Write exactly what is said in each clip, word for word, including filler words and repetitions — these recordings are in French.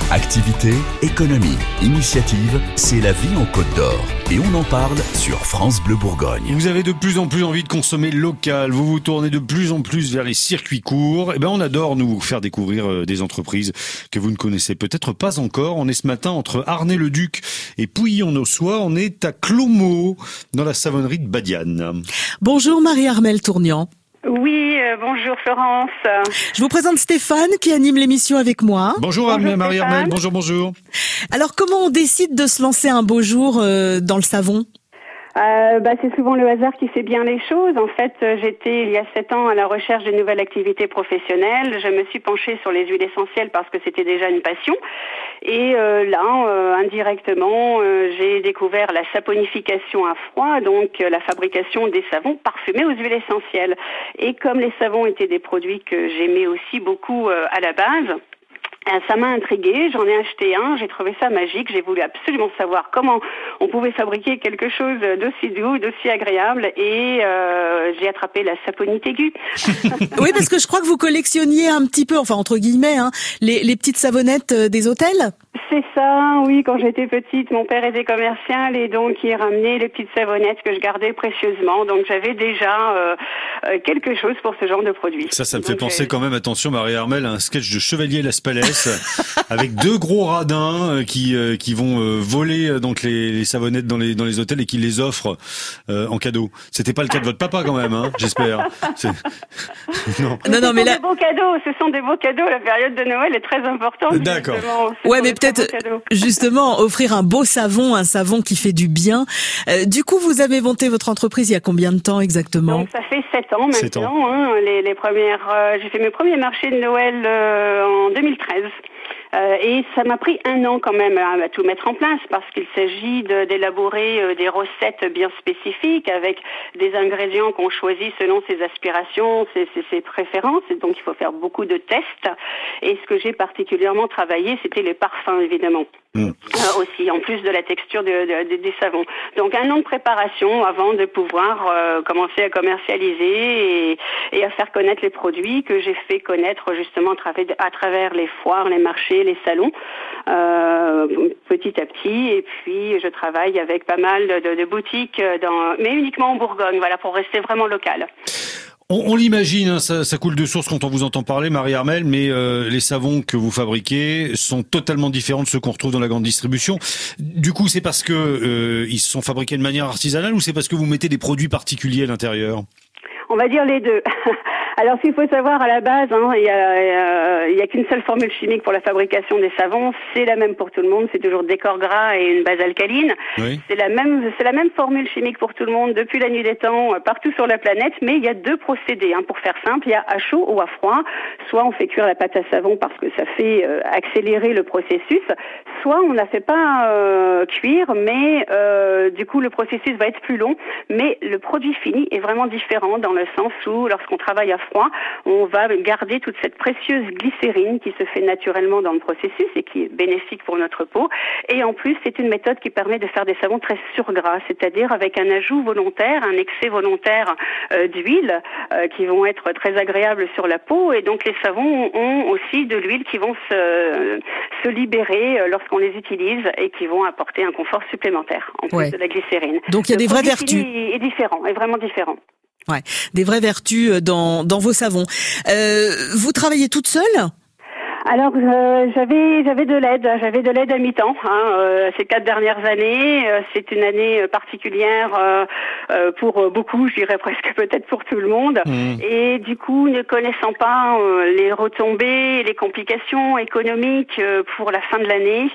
Activité, économie, initiative, c'est la vie en Côte d'Or. Et on en parle sur France Bleu Bourgogne. Vous avez de plus en plus envie de consommer local, vous vous tournez de plus en plus vers les circuits courts. Eh ben, on adore nous faire découvrir des entreprises que vous ne connaissez peut-être pas encore. On est ce matin entre Arnay-le-Duc et Pouillon-Ossois. On est à Clomo, dans la savonnerie de Badiane. Bonjour Marie-Armelle Tournian. Oui, euh, bonjour Florence. Je vous présente Stéphane qui anime l'émission avec moi. Bonjour, bonjour Marie-Armelle, bonjour, bonjour. Alors comment on décide de se lancer un beau jour euh, dans le savon ? Euh, bah, c'est souvent le hasard qui fait bien les choses. En fait, j'étais il y a sept ans à la recherche de nouvelles activités professionnelles. Je me suis penchée sur les huiles essentielles parce que c'était déjà une passion. Et euh, là, euh, indirectement, euh, j'ai découvert la saponification à froid, donc euh, la fabrication des savons parfumés aux huiles essentielles. Et comme les savons étaient des produits que j'aimais aussi beaucoup euh, à la base, ça m'a intriguée, j'en ai acheté un, j'ai trouvé ça magique, j'ai voulu absolument savoir comment on pouvait fabriquer quelque chose d'aussi doux, d'aussi agréable et euh, j'ai attrapé la saponite aiguë. Oui, parce que je crois que vous collectionniez un petit peu, enfin entre guillemets, hein, les, les petites savonnettes des hôtels. C'est ça, oui, quand j'étais petite, mon père était commercial et donc il ramenait les petites savonnettes que je gardais précieusement. Donc j'avais déjà euh, euh, quelque chose pour ce genre de produit. Ça, ça me donc, fait penser euh... quand même, attention Marie-Armelle, à un sketch de Chevalier Las Palais avec deux gros radins qui euh, qui vont euh, voler euh, donc les, les savonnettes dans les dans les hôtels et qui les offrent euh, en cadeau. C'était pas le cas de votre papa quand même, hein, j'espère. C'est... Non. non, non, mais ce sont là... des beaux cadeaux. Ce sont des beaux cadeaux. La période de Noël est très importante. D'accord. Ouais, mais peut-être justement offrir un beau savon, un savon qui fait du bien. Euh, du coup, vous avez monté votre entreprise il y a combien de temps exactement ? Donc ça fait sept ans maintenant. sept ans. Hein, les, les premières, euh, j'ai fait mes premiers marchés de Noël euh, en deux mille treize. Euh, et ça m'a pris un an quand même à, à tout mettre en place parce qu'il s'agit de, d'élaborer euh, des recettes bien spécifiques avec des ingrédients qu'on choisit selon ses aspirations, ses, ses, ses préférences. Et donc il faut faire beaucoup de tests. Et ce que j'ai particulièrement travaillé, c'était les parfums évidemment. Mmh. Euh, aussi, en plus de la texture de, de, de, des savons. Donc un an de préparation avant de pouvoir euh, commencer à commercialiser et, et à faire connaître les produits que j'ai fait connaître justement à travers, à travers les foires, les marchés, les salons, euh, petit à petit. Et puis je travaille avec pas mal de, de boutiques, dans, mais uniquement en Bourgogne, voilà, pour rester vraiment local. On, on l'imagine, hein, ça, ça coule de source quand on vous entend parler, Marie-Armelle, mais euh, les savons que vous fabriquez sont totalement différents de ceux qu'on retrouve dans la grande distribution. Du coup, c'est parce que euh, ils sont fabriqués de manière artisanale ou c'est parce que vous mettez des produits particuliers à l'intérieur ? On va dire les deux. Alors, ce qu'il faut savoir à la base, hein, il y a, il y a qu'une seule formule chimique pour la fabrication des savons. C'est la même pour tout le monde. C'est toujours décor gras et une base alcaline. Oui. C'est la même, c'est la même formule chimique pour tout le monde depuis la nuit des temps, partout sur la planète. Mais il y a deux procédés. Hein, pour faire simple, il y a à chaud ou à froid. Soit on fait cuire la pâte à savon parce que ça fait euh, accélérer le processus. Soit on ne la fait pas euh, cuire, mais euh, du coup le processus va être plus long. Mais le produit fini est vraiment différent dans le sens où, lorsqu'on travaille à froid, on va garder toute cette précieuse glycérine qui se fait naturellement dans le processus et qui est bénéfique pour notre peau. Et en plus, c'est une méthode qui permet de faire des savons très surgras, c'est-à-dire avec un ajout volontaire, un excès volontaire euh, d'huile euh, qui vont être très agréables sur la peau. Et donc les savons ont aussi de l'huile qui vont se, se libérer lorsqu'on les utilise et qui vont apporter un confort supplémentaire en plus ouais. de la glycérine. Donc il y a le des vraies vertus. Est, est différent, est vraiment différent. Ouais, des vraies vertus dans dans vos savons. Euh, vous travaillez toute seule ? Alors euh, j'avais j'avais de l'aide, j'avais de l'aide à mi-temps. Hein, euh, ces quatre dernières années, euh, c'est une année particulière euh, euh, pour beaucoup, je dirais presque peut-être pour tout le monde. Mmh. Et du coup, ne connaissant pas euh, les retombées, les complications économiques euh, pour la fin de l'année,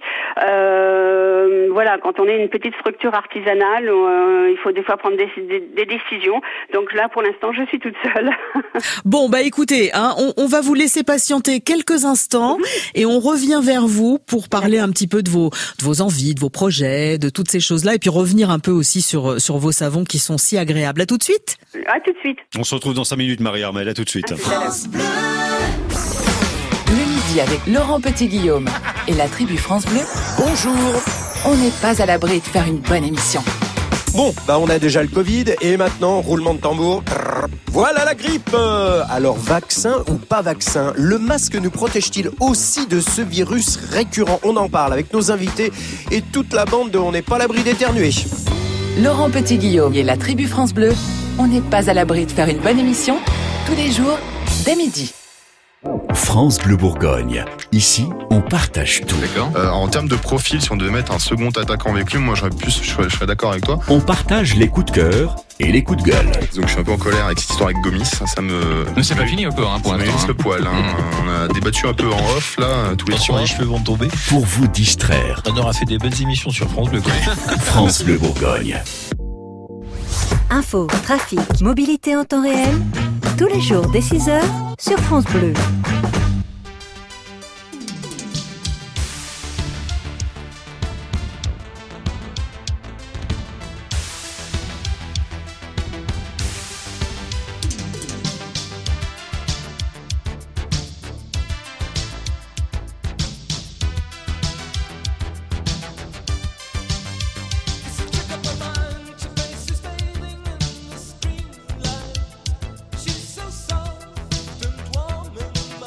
euh, voilà, quand on est une petite structure artisanale, euh, il faut des fois prendre des, des, des décisions. Donc là, pour l'instant, je suis toute seule. Bon, bah écoutez, hein, on, on va vous laisser patienter quelques instants. Et on revient vers vous pour parler un petit peu de vos de vos envies, de vos projets, de toutes ces choses-là, et puis revenir un peu aussi sur sur vos savons qui sont si agréables. À tout de suite. À tout de suite. On se retrouve dans cinq minutes, Marie-Armelle. À tout de suite. À France Bleu. Le midi avec Laurent Petit-Guillaume et la tribu France Bleu. Bonjour. On n'est pas à l'abri de faire une bonne émission. Bon, bah on a déjà le Covid et maintenant roulement de tambour. Voilà la grippe. Alors vaccin ou pas vaccin, le masque nous protège-t-il aussi de ce virus récurrent? On en parle avec nos invités et toute la bande de On n'est pas à l'abri d'éternuer. Laurent Petit-Guillaume et la tribu France Bleu, on n'est pas à l'abri de faire une bonne émission tous les jours dès midi. France Bleu Bourgogne. Ici, on partage tout. D'accord. Euh, en termes de profil, si on devait mettre un second attaquant avec lui, moi j'aurais plus, je serais, je serais d'accord avec toi. On partage les coups de cœur et les coups de gueule. Donc je suis un peu en colère avec cette histoire avec Gomis. Ça, ça me. Mais c'est pas fini encore, hein, pour l'instant. Ça me le poil. Hein. Mmh. On a débattu un peu en off là, tous les soirs. Les cheveux vont tomber. Pour vous distraire. On aura fait des belles émissions sur France Bleu. France Bleu Bourgogne. Info, trafic, mobilité en temps réel. Tous les jours dès six heures sur France Bleu. She's so soft and warm in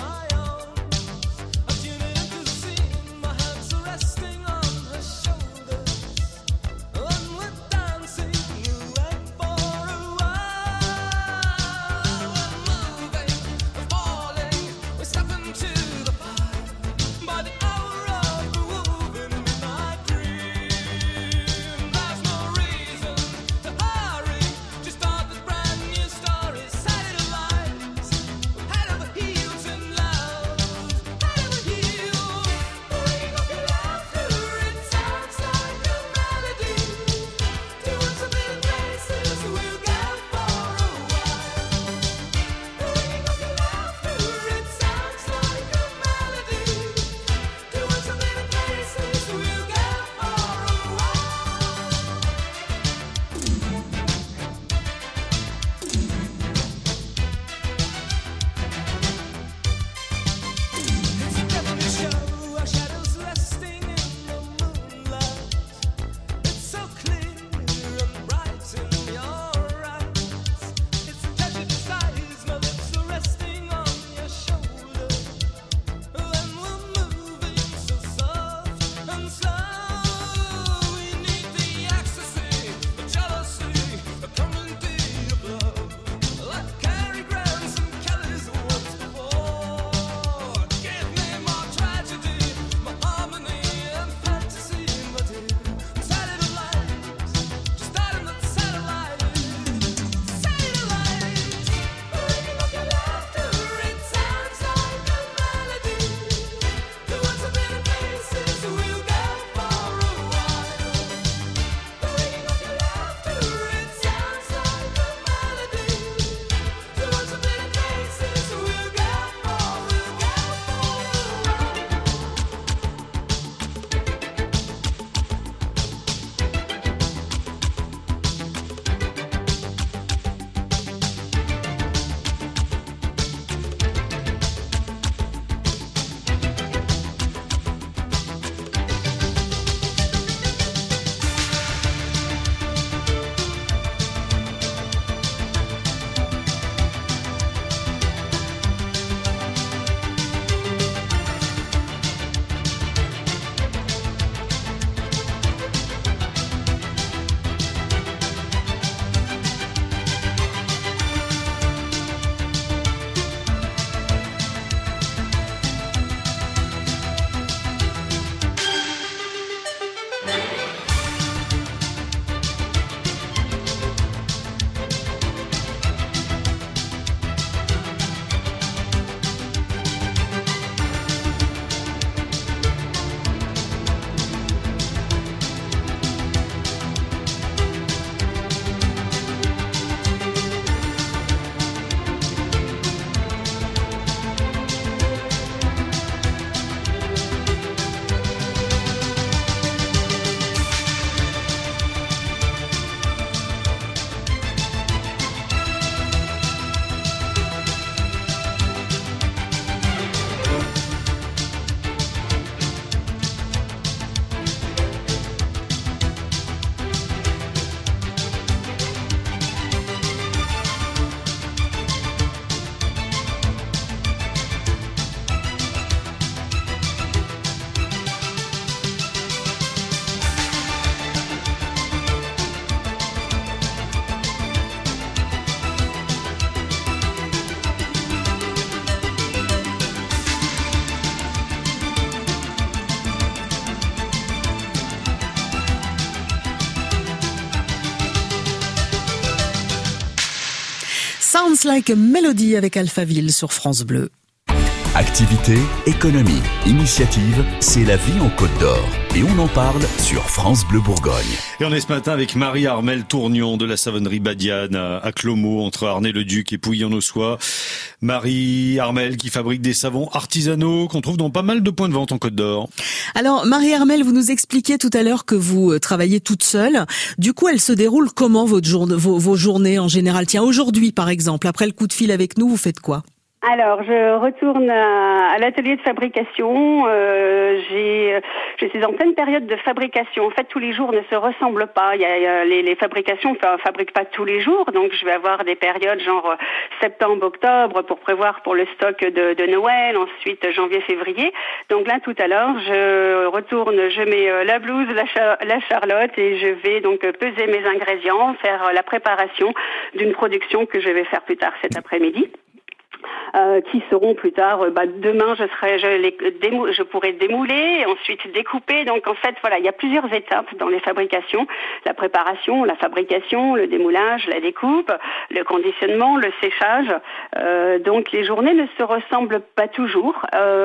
Sounds Like a Melody avec Alphaville sur France Bleu. Activité, économie, initiative, c'est la vie en Côte d'Or. Et on en parle sur France Bleu Bourgogne. Et on est ce matin avec Marie-Armelle Tournion de la savonnerie Badiane à, à Clomo, entre Arnay-le-Duc et Pouilly-en-Ossois. Marie-Armelle qui fabrique des savons artisanaux qu'on trouve dans pas mal de points de vente en Côte d'Or. Alors Marie-Armelle, vous nous expliquiez tout à l'heure que vous travaillez toute seule. Du coup, elle se déroule comment votre jour, vos, vos journées en général? Tiens, aujourd'hui par exemple, après le coup de fil avec nous, vous faites quoi? Alors, je retourne à, à l'atelier de fabrication. Euh, j'ai, je suis en pleine période de fabrication. En fait, tous les jours ne se ressemblent pas. Il y a, il y a les, les fabrications ne fabriquent pas tous les jours, donc je vais avoir des périodes genre septembre, octobre pour prévoir pour le stock de, de Noël. Ensuite, janvier, février. Donc là, tout à l'heure, je retourne, je mets la blouse, la, cha- la charlotte et je vais donc peser mes ingrédients, faire la préparation d'une production que je vais faire plus tard cet après-midi. Euh, qui seront plus tard. Euh, bah, demain, je serai, je, les démou, je pourrai démouler, et ensuite découper. Donc en fait, voilà, il y a plusieurs étapes dans les fabrications la préparation, la fabrication, le démoulage, la découpe, le conditionnement, le séchage. Euh, donc les journées ne se ressemblent pas toujours.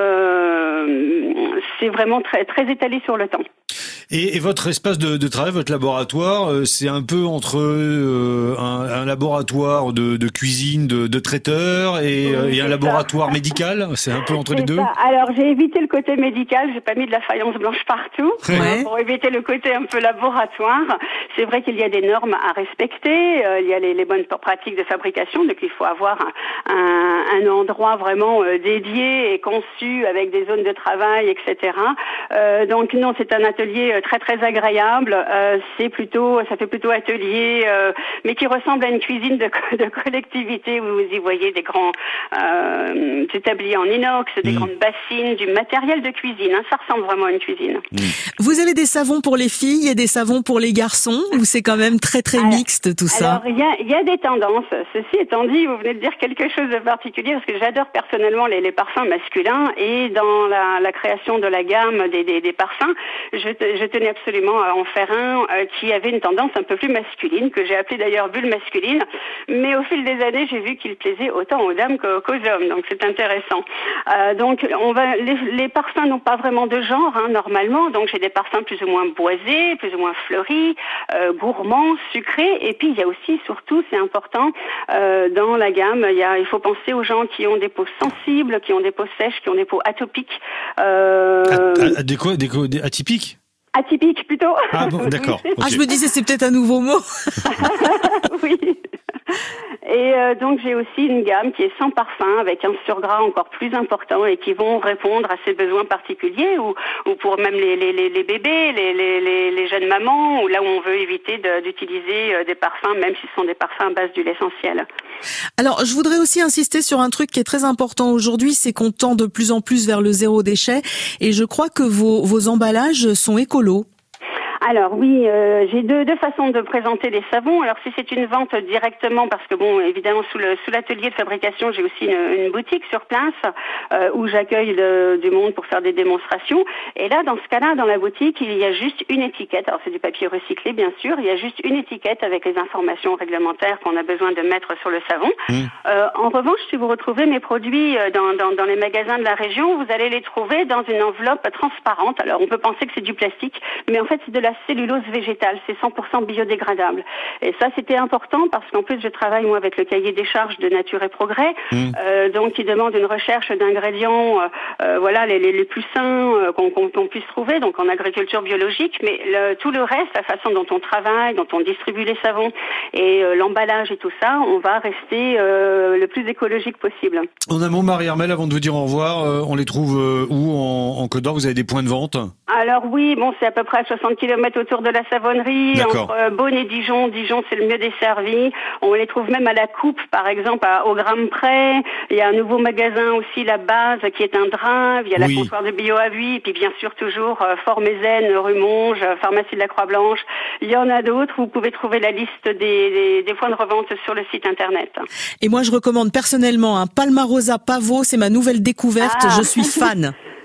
Euh, c'est vraiment très très étalé sur le temps. Et, et votre espace de, de travail, votre laboratoire, euh, c'est un peu entre euh, un, un laboratoire de, de cuisine, de, de traiteur et, oui, euh, et un laboratoire ça. médical. C'est un peu entre c'est les deux. Ça. Alors j'ai évité le côté médical, j'ai pas mis de la faïence blanche partout ouais. pour éviter le côté un peu laboratoire. C'est vrai qu'il y a des normes à respecter, euh, il y a les, les bonnes pratiques de fabrication, donc il faut avoir un, un, un endroit vraiment euh, dédié et conçu avec des zones de travail, et cetera. Euh, donc non, c'est un atelier très très agréable. Euh, c'est plutôt, ça fait plutôt atelier, euh, mais qui ressemble à une cuisine de, de collectivité où vous y voyez des grands euh, établis en inox, des mmh. grandes bassines, du matériel de cuisine. Hein, ça ressemble vraiment à une cuisine. Mmh. Vous avez des savons pour les filles et des savons pour les garçons, ou c'est quand même très très alors, mixte tout ça? Alors il y a, il y a des tendances. Ceci étant dit, vous venez de dire quelque chose de particulier parce que j'adore personnellement les, les parfums masculins et dans la, la création de la gamme des, des, des parfums, je, je tenais absolument à en faire un euh, qui avait une tendance un peu plus masculine, que j'ai appelé d'ailleurs bulle masculine, mais au fil des années, j'ai vu qu'il plaisait autant aux dames qu'aux, qu'aux hommes, donc c'est intéressant. Euh, donc on va, les, les parfums n'ont pas vraiment de genre, hein, normalement, donc j'ai des parfums plus ou moins boisés, plus ou moins fleuris, euh, gourmands, sucrés, et puis il y a aussi, surtout, c'est important, euh, dans la gamme, il, y a, il faut penser aux gens qui ont des peaux sensibles, qui ont des peaux sèches, qui ont des peaux atopiques. Euh... À, à, des quoi, des quoi, des atypiques? Atypique plutôt. Ah bon, d'accord. Oui. Okay. Ah, je me disais c'est peut-être un nouveau mot. Oui. Et euh, donc j'ai aussi une gamme qui est sans parfum avec un surgras encore plus important et qui vont répondre à ces besoins particuliers ou, ou pour même les, les, les, les bébés, les, les, les jeunes mamans ou là où on veut éviter de, d'utiliser des parfums même si ce sont des parfums à base d'huile essentielle. Alors je voudrais aussi insister sur un truc qui est très important aujourd'hui, c'est qu'on tend de plus en plus vers le zéro déchet et je crois que vos, vos emballages sont écolos. Alors oui, euh, j'ai deux, deux façons de présenter les savons. Alors si c'est une vente directement, parce que bon, évidemment sous le sous l'atelier de fabrication, j'ai aussi une, une boutique sur place euh, où j'accueille le, du monde pour faire des démonstrations. Et là, dans ce cas-là, dans la boutique, il y a juste une étiquette. Alors c'est du papier recyclé, bien sûr. Il y a juste une étiquette avec les informations réglementaires qu'on a besoin de mettre sur le savon. Mmh. Euh, en revanche, si vous retrouvez mes produits dans, dans, dans les magasins de la région, vous allez les trouver dans une enveloppe transparente. Alors on peut penser que c'est du plastique, mais en fait c'est de la cellulose végétale, c'est cent pour cent biodégradable. Et ça, c'était important parce qu'en plus, je travaille, moi, avec le cahier des charges de Nature et Progrès, mmh. euh, donc qui demande une recherche d'ingrédients, euh, voilà, les, les, les plus sains euh, qu'on, qu'on, qu'on puisse trouver, donc en agriculture biologique, mais le, tout le reste, la façon dont on travaille, dont on distribue les savons et euh, l'emballage et tout ça, on va rester euh, le plus écologique possible. En un mot, Marie-Armelle, avant de vous dire au revoir, euh, on les trouve euh, où en, en Côte d'Or? Vous avez des points de vente? Alors oui, bon, c'est à peu près à soixante kilomètres autour de la Savonnerie, D'accord. entre euh, Beaune et Dijon. Dijon, c'est le mieux desservi. On les trouve même à la Coupe, par exemple, à, au gramme près. Il y a un nouveau magasin aussi, La Base, qui est un drive. Il y a oui. la comptoir de bio à Huy, et puis bien sûr toujours euh, Fort-Mézennes, rue Monge, pharmacie de la Croix-Blanche. Il y en a d'autres. Vous pouvez trouver la liste des, des, des points de revente sur le site internet. Et moi, je recommande personnellement un Palmarosa Pavot. C'est ma nouvelle découverte. Ah. Je suis fan.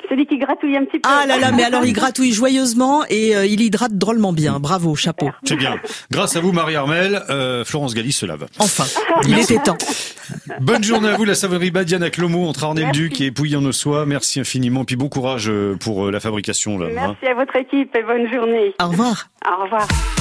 Celui qui gratouille un petit peu. Ah là là, mais alors il gratouille joyeusement et euh, il hydrate drôlement bien. Bravo, chapeau. C'est bien. Grâce à vous, Marie-Armelle, euh, Florence Galis se lave. Enfin, il était temps. Bonne journée à vous, la savonnerie Badiane à Clomo, entre Arnay-le-Duc et Pouilly-en-Auxois. Merci infiniment, puis bon courage pour la fabrication. Là, Merci hein. à votre équipe et bonne journée. Au revoir. Au revoir.